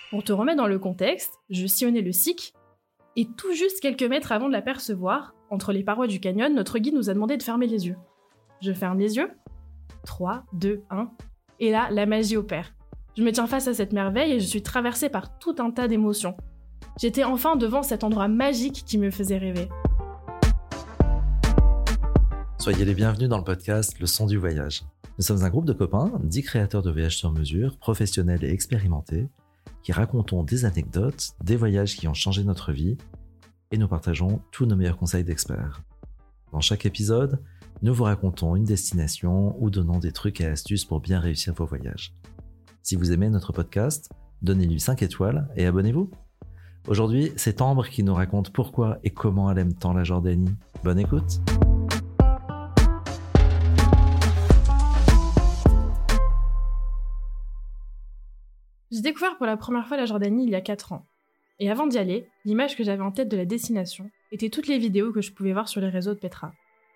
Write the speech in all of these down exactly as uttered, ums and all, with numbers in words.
Pour te remettre dans le contexte, je sillonnais le S I C, et tout juste quelques mètres avant de l'apercevoir, entre les parois du canyon, notre guide nous a demandé de fermer les yeux. Je ferme les yeux. trois, deux, un. Et là, la magie opère. Je me tiens face à cette merveille et je suis traversée par tout un tas d'émotions. J'étais enfin devant cet endroit magique qui me faisait rêver. Soyez les bienvenus dans le podcast Le Son du Voyage. Nous sommes un groupe de copains, dix créateurs de voyages sur mesure, professionnels et expérimentés, qui racontons des anecdotes, des voyages qui ont changé notre vie, et nous partageons tous nos meilleurs conseils d'experts. Dans chaque épisode, nous vous racontons une destination ou donnons des trucs et astuces pour bien réussir vos voyages. Si vous aimez notre podcast, donnez-lui cinq étoiles et abonnez-vous. Aujourd'hui, c'est Ambre qui nous raconte pourquoi et comment elle aime tant la Jordanie. Bonne écoute! J'ai découvert pour la première fois la Jordanie il y a quatre ans. Et avant d'y aller, l'image que j'avais en tête de la destination était toutes les vidéos que je pouvais voir sur les réseaux de Petra.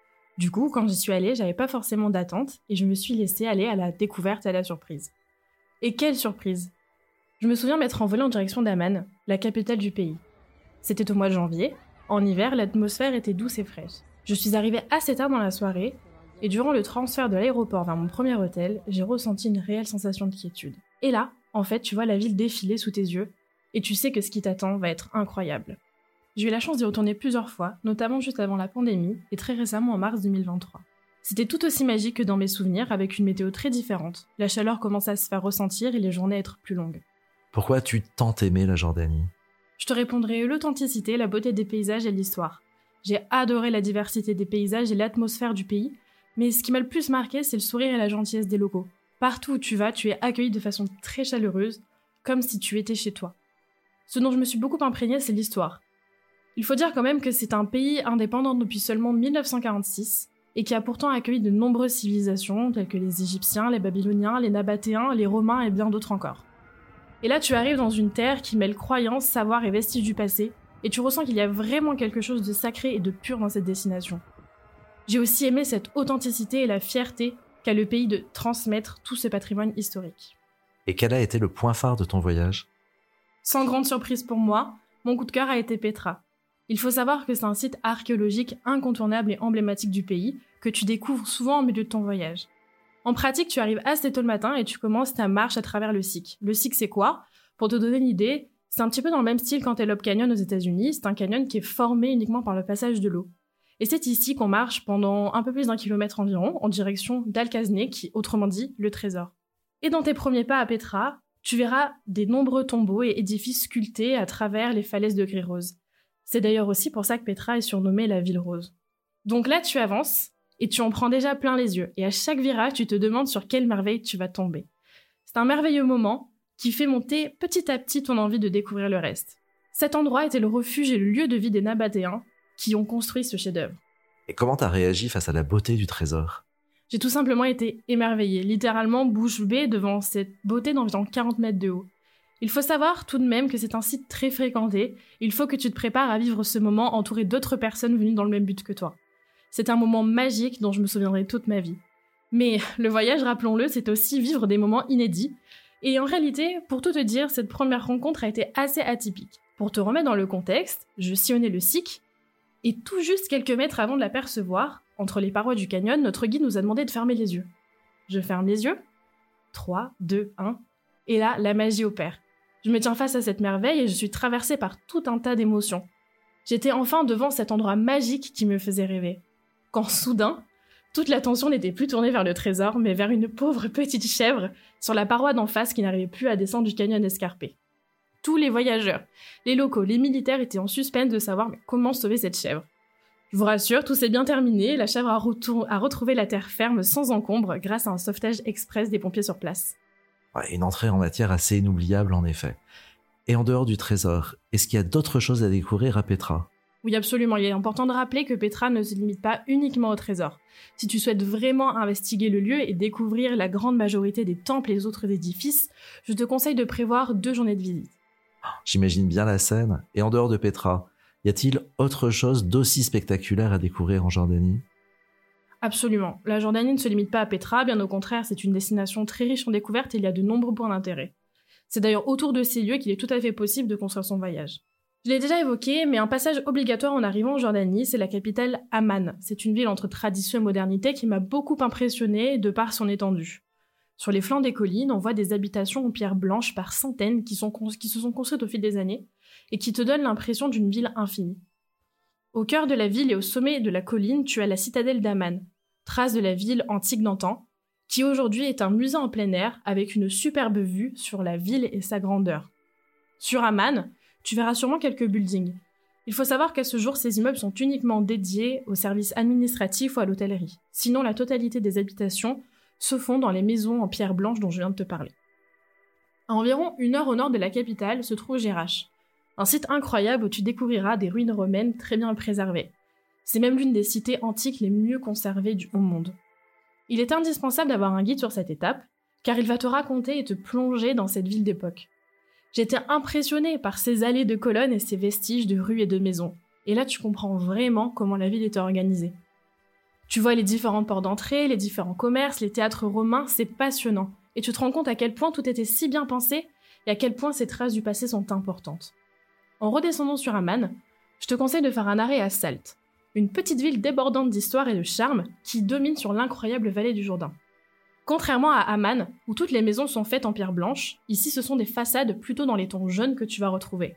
Du coup, quand j'y suis allée, j'avais pas forcément d'attente et je me suis laissée aller à la découverte et à la surprise. Et quelle surprise! Je me souviens m'être envolée en direction d'Amman, la capitale du pays. C'était au mois de janvier. En hiver, l'atmosphère était douce et fraîche. Je suis arrivée assez tard dans la soirée et durant le transfert de l'aéroport vers mon premier hôtel, j'ai ressenti une réelle sensation de quiétude. Et là, en fait, tu vois la ville défiler sous tes yeux et tu sais que ce qui t'attend va être incroyable. J'ai eu la chance d'y retourner plusieurs fois, notamment juste avant la pandémie et très récemment en mars deux mille vingt-trois. C'était tout aussi magique que dans mes souvenirs, avec une météo très différente. La chaleur commençait à se faire ressentir et les journées à être plus longues. Pourquoi as-tu tant aimé la Jordanie ? Je te répondrai l'authenticité, la beauté des paysages et l'histoire. J'ai adoré la diversité des paysages et l'atmosphère du pays, mais ce qui m'a le plus marqué, c'est le sourire et la gentillesse des locaux. Partout où tu vas, tu es accueilli de façon très chaleureuse, comme si tu étais chez toi. Ce dont je me suis beaucoup imprégnée, c'est l'histoire. Il faut dire quand même que c'est un pays indépendant depuis seulement dix-neuf cent quarante-six, et qui a pourtant accueilli de nombreuses civilisations, telles que les Égyptiens, les Babyloniens, les Nabatéens, les Romains et bien d'autres encore. Et là, tu arrives dans une terre qui mêle croyances, savoir et vestiges du passé, et tu ressens qu'il y a vraiment quelque chose de sacré et de pur dans cette destination. J'ai aussi aimé cette authenticité et la fierté qu'a le pays de transmettre tout ce patrimoine historique. Et quel a été le point phare de ton voyage ? Sans grande surprise pour moi, mon coup de cœur a été Petra. Il faut savoir que c'est un site archéologique incontournable et emblématique du pays, que tu découvres souvent au milieu de ton voyage. En pratique, tu arrives assez tôt le matin et tu commences ta marche à travers le S I C. Le S I C, c'est quoi ? Pour te donner une idée, c'est un petit peu dans le même style qu'Antelope Canyon aux États-Unis. C'est un canyon qui est formé uniquement par le passage de l'eau. Et c'est ici qu'on marche pendant un peu plus d'un kilomètre environ, en direction d'Al-Kazné, qui, autrement dit, le trésor. Et dans tes premiers pas à Petra, tu verras des nombreux tombeaux et édifices sculptés à travers les falaises de gris rose. C'est d'ailleurs aussi pour ça que Petra est surnommée la ville rose. Donc là, tu avances, et tu en prends déjà plein les yeux, et à chaque virage, tu te demandes sur quelle merveille tu vas tomber. C'est un merveilleux moment qui fait monter petit à petit ton envie de découvrir le reste. Cet endroit était le refuge et le lieu de vie des Nabatéens, qui ont construit ce chef-d'œuvre. Et comment t'as réagi face à la beauté du trésor ? J'ai tout simplement été émerveillée, littéralement bouche bée devant cette beauté d'environ quarante mètres de haut. Il faut savoir tout de même que c'est un site très fréquenté, il faut que tu te prépares à vivre ce moment entouré d'autres personnes venues dans le même but que toi. C'est un moment magique dont je me souviendrai toute ma vie. Mais le voyage, rappelons-le, c'est aussi vivre des moments inédits. Et en réalité, pour tout te dire, cette première rencontre a été assez atypique. Pour te remettre dans le contexte, je sillonnais le S I C, et tout juste quelques mètres avant de l'apercevoir, entre les parois du canyon, notre guide nous a demandé de fermer les yeux. Je ferme les yeux. trois, deux, un. Et là, la magie opère. Je me tiens face à cette merveille et je suis traversée par tout un tas d'émotions. J'étais enfin devant cet endroit magique qui me faisait rêver. Quand soudain, toute l'attention n'était plus tournée vers le trésor, mais vers une pauvre petite chèvre sur la paroi d'en face qui n'arrivait plus à descendre du canyon escarpé. Tous les voyageurs, les locaux, les militaires étaient en suspense de savoir mais comment sauver cette chèvre. Je vous rassure, tout s'est bien terminé, la chèvre a, retour- a retrouvé la terre ferme sans encombre grâce à un sauvetage express des pompiers sur place. Ouais, une entrée en matière assez inoubliable en effet. Et en dehors du trésor, est-ce qu'il y a d'autres choses à découvrir à Petra ? Oui, absolument. Il est important de rappeler que Petra ne se limite pas uniquement au trésor. Si tu souhaites vraiment investiguer le lieu et découvrir la grande majorité des temples et des autres édifices, je te conseille de prévoir deux journées de visite. J'imagine bien la scène. Et en dehors de Petra, y a-t-il autre chose d'aussi spectaculaire à découvrir en Jordanie ? Absolument. La Jordanie ne se limite pas à Petra, bien au contraire, c'est une destination très riche en découvertes et il y a de nombreux points d'intérêt. C'est d'ailleurs autour de ces lieux qu'il est tout à fait possible de construire son voyage. Je l'ai déjà évoqué, mais un passage obligatoire en arrivant en Jordanie, c'est la capitale Amman. C'est une ville entre tradition et modernité qui m'a beaucoup impressionnée de par son étendue. Sur les flancs des collines, on voit des habitations en pierre blanche par centaines qui, sont, qui se sont construites au fil des années et qui te donnent l'impression d'une ville infinie. Au cœur de la ville et au sommet de la colline, tu as la citadelle d'Amman, trace de la ville antique d'antan, qui aujourd'hui est un musée en plein air avec une superbe vue sur la ville et sa grandeur. Sur Amman, tu verras sûrement quelques buildings. Il faut savoir qu'à ce jour, ces immeubles sont uniquement dédiés aux services administratifs ou à l'hôtellerie. Sinon, la totalité des habitations se font dans les maisons en pierre blanche dont je viens de te parler. À environ une heure au nord de la capitale se trouve Jerash, un site incroyable où tu découvriras des ruines romaines très bien préservées. C'est même l'une des cités antiques les mieux conservées du, au monde. Il est indispensable d'avoir un guide sur cette étape, car il va te raconter et te plonger dans cette ville d'époque. J'étais impressionnée par ces allées de colonnes et ces vestiges de rues et de maisons. Et là, tu comprends vraiment comment la ville était organisée. Tu vois les différentes portes d'entrée, les différents commerces, les théâtres romains, c'est passionnant. Et tu te rends compte à quel point tout était si bien pensé et à quel point ces traces du passé sont importantes. En redescendant sur Amman, je te conseille de faire un arrêt à Salt, une petite ville débordante d'histoire et de charme qui domine sur l'incroyable vallée du Jourdain. Contrairement à Amman, où toutes les maisons sont faites en pierre blanche, ici ce sont des façades plutôt dans les tons jaunes que tu vas retrouver.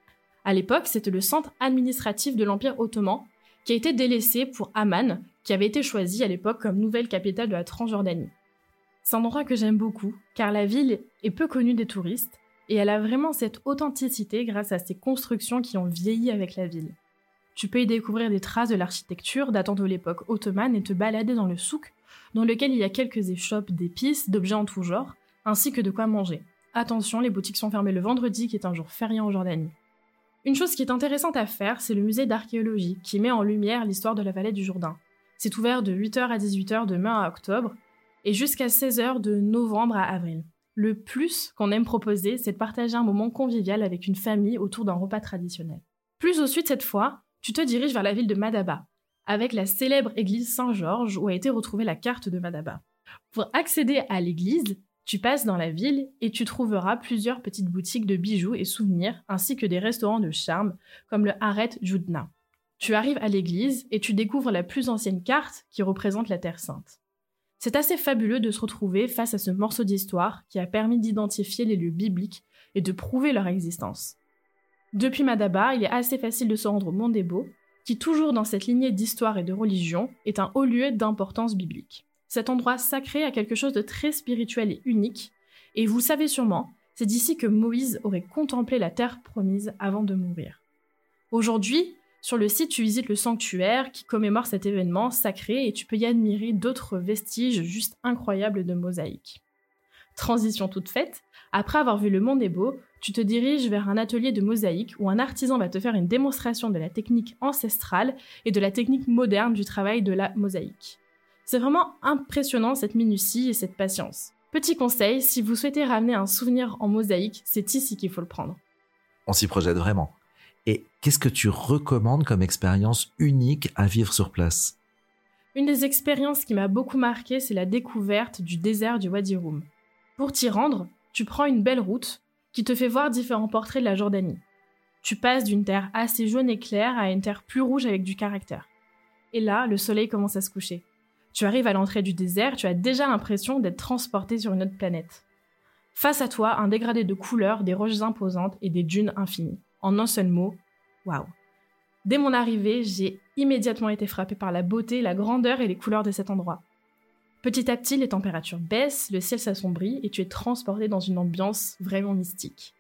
À l'époque, c'était le centre administratif de l'Empire ottoman qui a été délaissé pour Amman, qui avait été choisi à l'époque comme nouvelle capitale de la Transjordanie. C'est un endroit que j'aime beaucoup, car la ville est peu connue des touristes, et elle a vraiment cette authenticité grâce à ses constructions qui ont vieilli avec la ville. Tu peux y découvrir des traces de l'architecture datant de l'époque ottomane et te balader dans le souk, dans lequel il y a quelques échoppes d'épices, d'objets en tout genre, ainsi que de quoi manger. Attention, les boutiques sont fermées le vendredi, qui est un jour férié en Jordanie. Une chose qui est intéressante à faire, c'est le musée d'archéologie, qui met en lumière l'histoire de la vallée du Jourdain. C'est ouvert de huit heures à dix-huit heures de mai à octobre, et jusqu'à seize heures de novembre à avril. Le plus qu'on aime proposer, c'est de partager un moment convivial avec une famille autour d'un repas traditionnel. Plus au sud cette fois, tu te diriges vers la ville de Madaba, avec la célèbre église Saint-Georges où a été retrouvée la carte de Madaba. Pour accéder à l'église, tu passes dans la ville et tu trouveras plusieurs petites boutiques de bijoux et souvenirs, ainsi que des restaurants de charme, comme le Haret Joudna. Tu arrives à l'église et tu découvres la plus ancienne carte qui représente la Terre Sainte. C'est assez fabuleux de se retrouver face à ce morceau d'histoire qui a permis d'identifier les lieux bibliques et de prouver leur existence. Depuis Madaba, il est assez facile de se rendre au Mont Nebo, qui, toujours dans cette lignée d'histoire et de religion, est un haut lieu d'importance biblique. Cet endroit sacré a quelque chose de très spirituel et unique, et vous le savez sûrement, c'est d'ici que Moïse aurait contemplé la terre promise avant de mourir. Aujourd'hui, sur le site, tu visites le sanctuaire qui commémore cet événement sacré et tu peux y admirer d'autres vestiges juste incroyables de mosaïques. Transition toute faite, après avoir vu le Mont Nebo, tu te diriges vers un atelier de mosaïque où un artisan va te faire une démonstration de la technique ancestrale et de la technique moderne du travail de la mosaïque. C'est vraiment impressionnant cette minutie et cette patience. Petit conseil, si vous souhaitez ramener un souvenir en mosaïque, c'est ici qu'il faut le prendre. On s'y projette vraiment. Et qu'est-ce que tu recommandes comme expérience unique à vivre sur place ? Une des expériences qui m'a beaucoup marquée, c'est la découverte du désert du Wadi Rum. Pour t'y rendre, tu prends une belle route qui te fait voir différents portraits de la Jordanie. Tu passes d'une terre assez jaune et claire à une terre plus rouge avec du caractère. Et là, le soleil commence à se coucher. Tu arrives à l'entrée du désert, tu as déjà l'impression d'être transporté sur une autre planète. Face à toi, un dégradé de couleurs, des roches imposantes et des dunes infinies. En un seul mot, waouh. Dès mon arrivée, j'ai immédiatement été frappée par la beauté, la grandeur et les couleurs de cet endroit. Petit à petit, les températures baissent, le ciel s'assombrit et tu es transporté dans une ambiance vraiment mystique.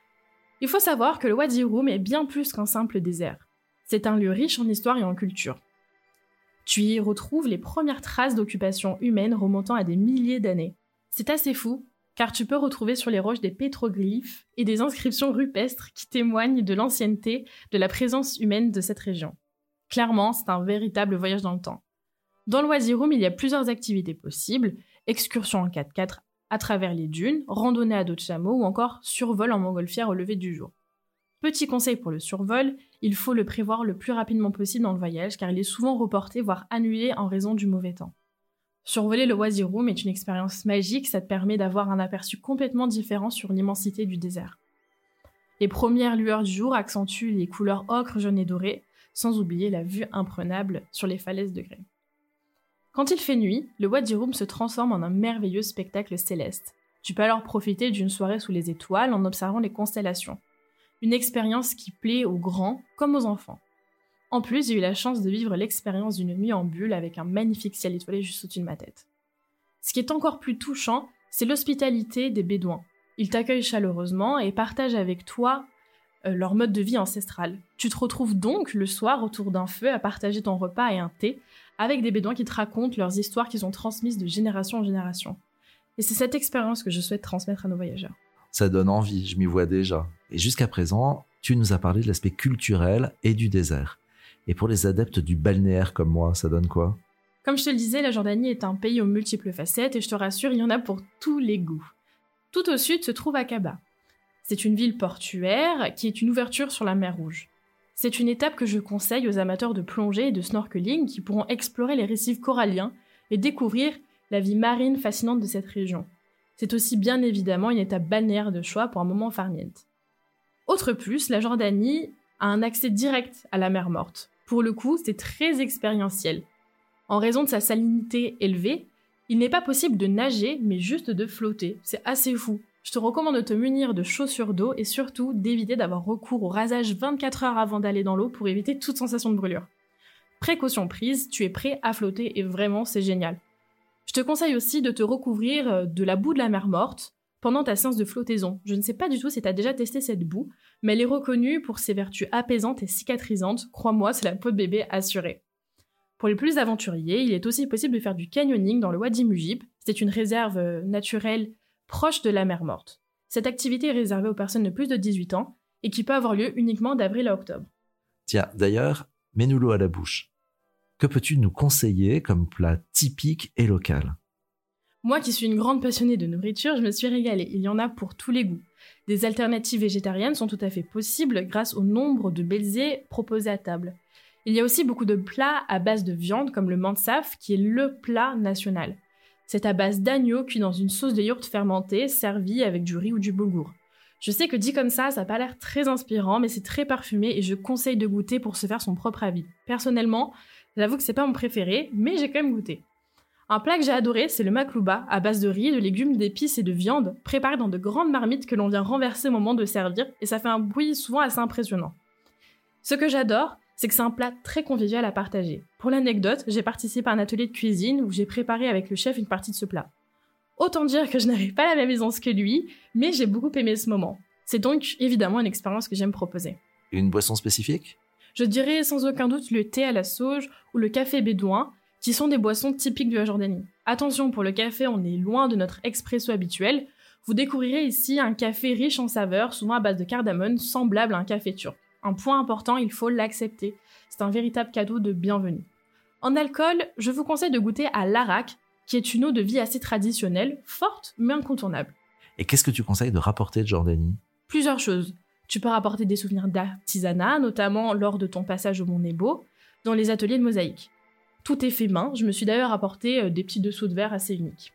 Il faut savoir que le Wadi Rum est bien plus qu'un simple désert. C'est un lieu riche en histoire et en culture. Tu y retrouves les premières traces d'occupation humaine remontant à des milliers d'années. C'est assez fou, car tu peux retrouver sur les roches des pétroglyphes et des inscriptions rupestres qui témoignent de l'ancienneté de la présence humaine de cette région. Clairement, c'est un véritable voyage dans le temps. Dans le Wadi Rum, il y a plusieurs activités possibles, excursions en quatre-quatre à travers les dunes, randonnée à dos de chameau ou encore survol en montgolfière au lever du jour. Petit conseil pour le survol, il faut le prévoir le plus rapidement possible dans le voyage car il est souvent reporté voire annulé en raison du mauvais temps. Survoler le Wadi Rum est une expérience magique, ça te permet d'avoir un aperçu complètement différent sur l'immensité du désert. Les premières lueurs du jour accentuent les couleurs ocre, jaune et doré, sans oublier la vue imprenable sur les falaises de grès. Quand il fait nuit, le Wadi Rum se transforme en un merveilleux spectacle céleste. Tu peux alors profiter d'une soirée sous les étoiles en observant les constellations. Une expérience qui plaît aux grands comme aux enfants. En plus, j'ai eu la chance de vivre l'expérience d'une nuit en bulle avec un magnifique ciel étoilé juste au-dessus de ma tête. Ce qui est encore plus touchant, c'est l'hospitalité des Bédouins. Ils t'accueillent chaleureusement et partagent avec toi euh, leur mode de vie ancestral. Tu te retrouves donc le soir autour d'un feu à partager ton repas et un thé avec des Bédouins qui te racontent leurs histoires qu'ils ont transmises de génération en génération. Et c'est cette expérience que je souhaite transmettre à nos voyageurs. Ça donne envie, je m'y vois déjà. Et jusqu'à présent, tu nous as parlé de l'aspect culturel et du désert. Et pour les adeptes du balnéaire comme moi, ça donne quoi ? Comme je te le disais, la Jordanie est un pays aux multiples facettes et je te rassure, il y en a pour tous les goûts. Tout au sud se trouve Aqaba. C'est une ville portuaire qui est une ouverture sur la mer Rouge. C'est une étape que je conseille aux amateurs de plongée et de snorkeling qui pourront explorer les récifs coralliens et découvrir la vie marine fascinante de cette région. C'est aussi bien évidemment une étape balnéaire de choix pour un moment farniente. Autre plus, la Jordanie a un accès direct à la mer Morte. Pour le coup, c'est très expérientiel. En raison de sa salinité élevée, il n'est pas possible de nager, mais juste de flotter. C'est assez fou. Je te recommande de te munir de chaussures d'eau et surtout d'éviter d'avoir recours au rasage vingt-quatre heures avant d'aller dans l'eau pour éviter toute sensation de brûlure. Précaution prise, tu es prêt à flotter et vraiment c'est génial. Je te conseille aussi de te recouvrir de la boue de la mer Morte pendant ta séance de flottaison. Je ne sais pas du tout si tu as déjà testé cette boue, mais elle est reconnue pour ses vertus apaisantes et cicatrisantes. Crois-moi, c'est la peau de bébé assurée. Pour les plus aventuriers, il est aussi possible de faire du canyoning dans le Wadi Mujib. C'est une réserve naturelle proche de la mer Morte. Cette activité est réservée aux personnes de plus de dix-huit ans et qui peut avoir lieu uniquement d'avril à octobre. Tiens, d'ailleurs, mets-nous l'eau à la bouche. Que peux-tu nous conseiller comme plat typique et local ? Moi qui suis une grande passionnée de nourriture, je me suis régalée. Il y en a pour tous les goûts. Des alternatives végétariennes sont tout à fait possibles grâce au nombre de belzés proposés à table. Il y a aussi beaucoup de plats à base de viande comme le mansaf qui est le plat national. C'est à base d'agneau cuit dans une sauce de yaourt fermentée, servi avec du riz ou du boulgour. Je sais que dit comme ça, ça n'a pas l'air très inspirant, mais c'est très parfumé et je conseille de goûter pour se faire son propre avis. Personnellement, j'avoue que c'est pas mon préféré, mais j'ai quand même goûté. Un plat que j'ai adoré, c'est le maklouba, à base de riz, de légumes, d'épices et de viande, préparé dans de grandes marmites que l'on vient renverser au moment de servir, et ça fait un bruit souvent assez impressionnant. Ce que j'adore, c'est que c'est un plat très convivial à partager. Pour l'anecdote, j'ai participé à un atelier de cuisine où j'ai préparé avec le chef une partie de ce plat. Autant dire que je n'avais pas la même aisance que lui, mais j'ai beaucoup aimé ce moment. C'est donc évidemment une expérience que j'aime proposer. Une boisson spécifique ? Je dirais sans aucun doute le thé à la sauge ou le café bédouin, qui sont des boissons typiques de la Jordanie. Attention, pour le café, on est loin de notre expresso habituel. Vous découvrirez ici un café riche en saveurs, souvent à base de cardamome, semblable à un café turc. Un point important, il faut l'accepter. C'est un véritable cadeau de bienvenue. En alcool, je vous conseille de goûter à l'arak, qui est une eau de vie assez traditionnelle, forte mais incontournable. Et qu'est-ce que tu conseilles de rapporter de Jordanie ? Plusieurs choses. Tu peux rapporter des souvenirs d'artisanat, notamment lors de ton passage au Mont Nebo, dans les ateliers de mosaïque. Tout est fait main, je me suis d'ailleurs apporté des petits dessous de verre assez uniques.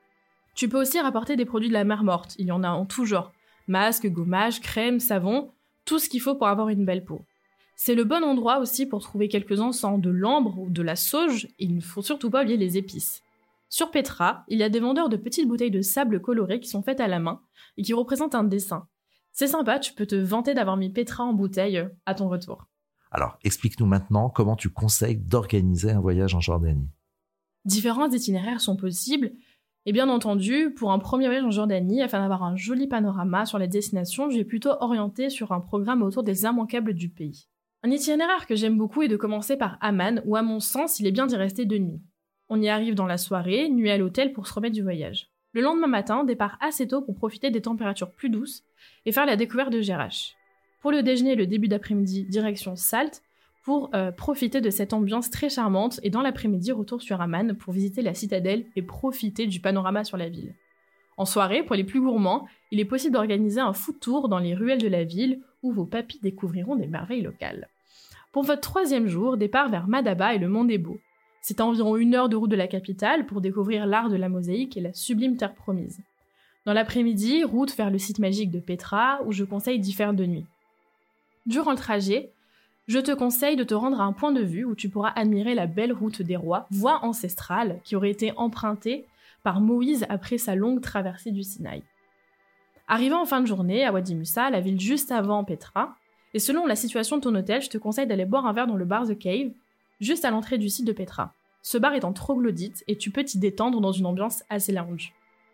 Tu peux aussi rapporter des produits de la mer Morte, il y en a en tout genre. Masques, gommages, crèmes, savons, tout ce qu'il faut pour avoir une belle peau. C'est le bon endroit aussi pour trouver quelques encens de l'ambre ou de la sauge, et il ne faut surtout pas oublier les épices. Sur Petra, il y a des vendeurs de petites bouteilles de sable colorées qui sont faites à la main et qui représentent un dessin. C'est sympa, tu peux te vanter d'avoir mis Petra en bouteille à ton retour. Alors, explique-nous maintenant comment tu conseilles d'organiser un voyage en Jordanie. Différents itinéraires sont possibles, et bien entendu, pour un premier voyage en Jordanie, afin d'avoir un joli panorama sur les destinations, je vais plutôt orienter sur un programme autour des immanquables du pays. Un itinéraire que j'aime beaucoup est de commencer par Amman, où à mon sens, il est bien d'y rester deux nuits. On y arrive dans la soirée, nuit à l'hôtel pour se remettre du voyage. Le lendemain matin, départ assez tôt pour profiter des températures plus douces et faire la découverte de Jerash. Pour le déjeuner et le début d'après-midi, direction Salt, pour euh, profiter de cette ambiance très charmante, et dans l'après-midi, retour sur Amman pour visiter la citadelle et profiter du panorama sur la ville. En soirée, pour les plus gourmands, il est possible d'organiser un food tour dans les ruelles de la ville où vos papis découvriront des merveilles locales. Pour votre troisième jour, départ vers Madaba et le Mont Nebo. C'est à environ une heure de route de la capitale pour découvrir l'art de la mosaïque et la sublime terre promise. Dans l'après-midi, route vers le site magique de Petra, où je conseille d'y faire de nuit. Durant le trajet, je te conseille de te rendre à un point de vue où tu pourras admirer la belle route des rois, voie ancestrale qui aurait été empruntée par Moïse après sa longue traversée du Sinaï. Arrivant en fin de journée à Wadi Musa, la ville juste avant Petra, et selon la situation de ton hôtel, je te conseille d'aller boire un verre dans le bar The Cave, juste à l'entrée du site de Petra. Ce bar est en troglodyte et tu peux t'y détendre dans une ambiance assez lounge.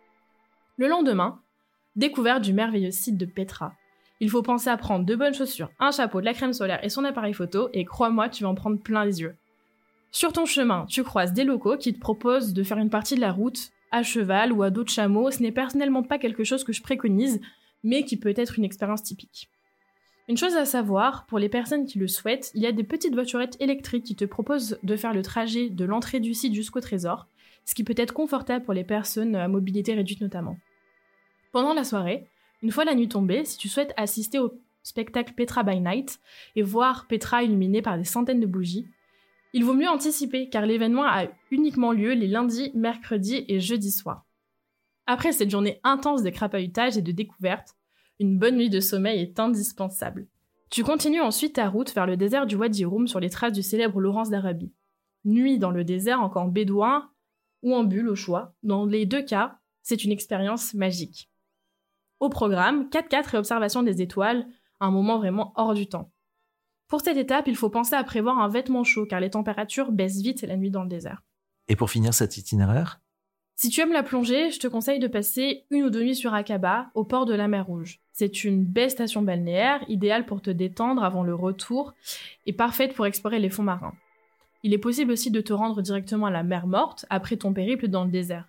Le lendemain, découverte du merveilleux site de Petra. Il faut penser à prendre de bonnes chaussures, un chapeau, de la crème solaire et son appareil photo, et crois-moi, tu vas en prendre plein les yeux. Sur ton chemin, tu croises des locaux qui te proposent de faire une partie de la route à cheval ou à dos de chameau. Ce n'est personnellement pas quelque chose que je préconise, mais qui peut être une expérience typique. Une chose à savoir, pour les personnes qui le souhaitent, il y a des petites voiturettes électriques qui te proposent de faire le trajet de l'entrée du site jusqu'au trésor, ce qui peut être confortable pour les personnes à mobilité réduite notamment. Pendant la soirée, une fois la nuit tombée, si tu souhaites assister au spectacle Petra by Night et voir Petra illuminée par des centaines de bougies, il vaut mieux anticiper car l'événement a uniquement lieu les lundis, mercredis et jeudis soirs. Après cette journée intense de crapahutage et de découverte, une bonne nuit de sommeil est indispensable. Tu continues ensuite ta route vers le désert du Wadi Rum sur les traces du célèbre Laurence d'Arabie. Nuit dans le désert en camp bédouin ou en bulle au choix, dans les deux cas, c'est une expérience magique. Au programme, quatre-quatre et observation des étoiles, un moment vraiment hors du temps. Pour cette étape, il faut penser à prévoir un vêtement chaud car les températures baissent vite la nuit dans le désert. Et pour finir cet itinéraire ? Si tu aimes la plongée, je te conseille de passer une ou deux nuits sur Aqaba, au port de la mer Rouge. C'est une belle station balnéaire, idéale pour te détendre avant le retour et parfaite pour explorer les fonds marins. Il est possible aussi de te rendre directement à la mer Morte après ton périple dans le désert.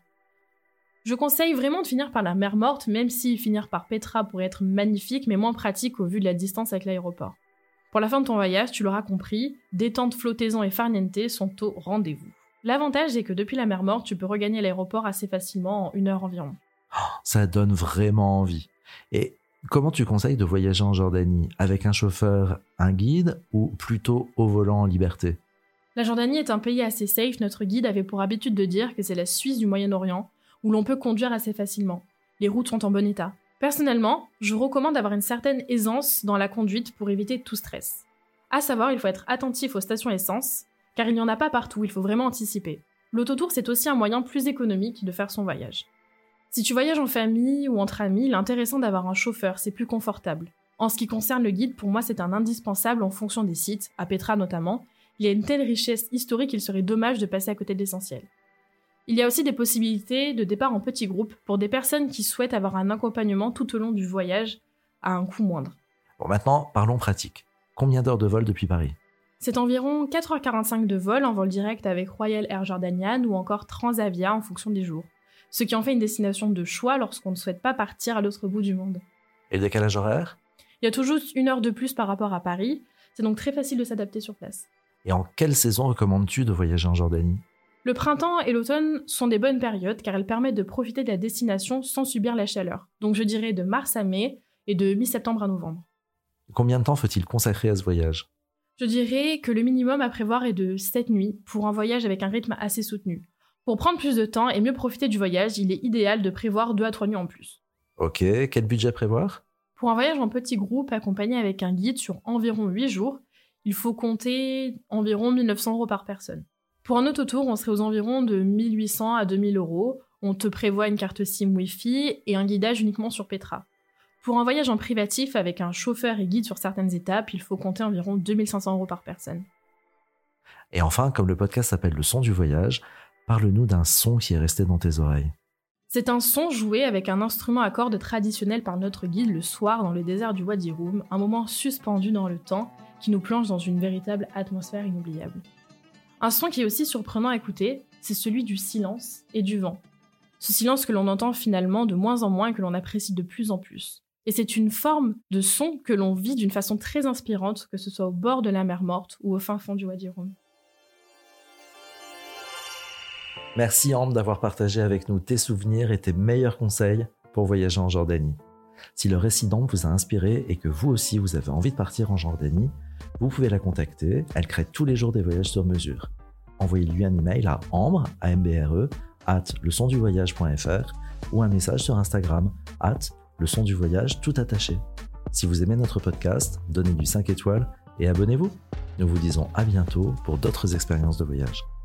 Je conseille vraiment de finir par la mer Morte, même si finir par Petra pourrait être magnifique, mais moins pratique au vu de la distance avec l'aéroport. Pour la fin de ton voyage, tu l'auras compris, détente, flottaison et farniente sont au rendez-vous. L'avantage est que depuis la mer Morte, tu peux regagner l'aéroport assez facilement en une heure environ. Oh, ça donne vraiment envie. Et comment tu conseilles de voyager en Jordanie ? Avec un chauffeur, un guide ou plutôt au volant en liberté ? La Jordanie est un pays assez safe. Notre guide avait pour habitude de dire que c'est la Suisse du Moyen-Orient, où l'on peut conduire assez facilement. Les routes sont en bon état. Personnellement, je recommande d'avoir une certaine aisance dans la conduite pour éviter tout stress. À savoir, il faut être attentif aux stations essence, car il n'y en a pas partout, il faut vraiment anticiper. L'autotour, c'est aussi un moyen plus économique de faire son voyage. Si tu voyages en famille ou entre amis, il est intéressant d'avoir un chauffeur, c'est plus confortable. En ce qui concerne le guide, pour moi c'est un indispensable en fonction des sites, à Petra notamment. Il y a une telle richesse historique qu'il serait dommage de passer à côté de l'essentiel. Il y a aussi des possibilités de départ en petits groupes pour des personnes qui souhaitent avoir un accompagnement tout au long du voyage à un coût moindre. Bon, maintenant, parlons pratique. Combien d'heures de vol depuis Paris ? C'est environ quatre heures quarante-cinq de vol en vol direct avec Royal Air Jordanian ou encore Transavia en fonction des jours, ce qui en fait une destination de choix lorsqu'on ne souhaite pas partir à l'autre bout du monde. Et le décalage horaire ? Il y a toujours une heure de plus par rapport à Paris, c'est donc très facile de s'adapter sur place. Et en quelle saison recommandes-tu de voyager en Jordanie ? Le printemps et l'automne sont des bonnes périodes car elles permettent de profiter de la destination sans subir la chaleur. Donc je dirais de mars à mai et de mi-septembre à novembre. Combien de temps faut-il consacrer à ce voyage ? Je dirais que le minimum à prévoir est de sept nuits pour un voyage avec un rythme assez soutenu. Pour prendre plus de temps et mieux profiter du voyage, il est idéal de prévoir deux à trois nuits en plus. Ok, quel budget prévoir ? Pour un voyage en petit groupe accompagné avec un guide sur environ huit jours, il faut compter environ mille neuf cents euros par personne. Pour un autotour, on serait aux environs de mille huit cents à deux mille euros. On te prévoit une carte SIM Wi-Fi et un guidage uniquement sur Petra. Pour un voyage en privatif avec un chauffeur et guide sur certaines étapes, il faut compter environ deux mille cinq cents euros par personne. Et enfin, comme le podcast s'appelle Le son du voyage, parle-nous d'un son qui est resté dans tes oreilles. C'est un son joué avec un instrument à cordes traditionnel par notre guide le soir dans le désert du Wadi Rum, un moment suspendu dans le temps qui nous plonge dans une véritable atmosphère inoubliable. Un son qui est aussi surprenant à écouter, c'est celui du silence et du vent. Ce silence que l'on entend finalement de moins en moins et que l'on apprécie de plus en plus. Et c'est une forme de son que l'on vit d'une façon très inspirante, que ce soit au bord de la mer Morte ou au fin fond du Wadi Rum. Merci Ambre d'avoir partagé avec nous tes souvenirs et tes meilleurs conseils pour voyager en Jordanie. Si le récit d'Ambre vous a inspiré et que vous aussi vous avez envie de partir en Jordanie, vous pouvez la contacter, elle crée tous les jours des voyages sur mesure. envoyez-lui un email à ambre, A M B R E, at leçonduvoyage point f r ou un message sur Instagram, at leçonduvoyage tout attaché. Si vous aimez notre podcast, donnez-lui cinq étoiles et abonnez-vous. Nous vous disons à bientôt pour d'autres expériences de voyage.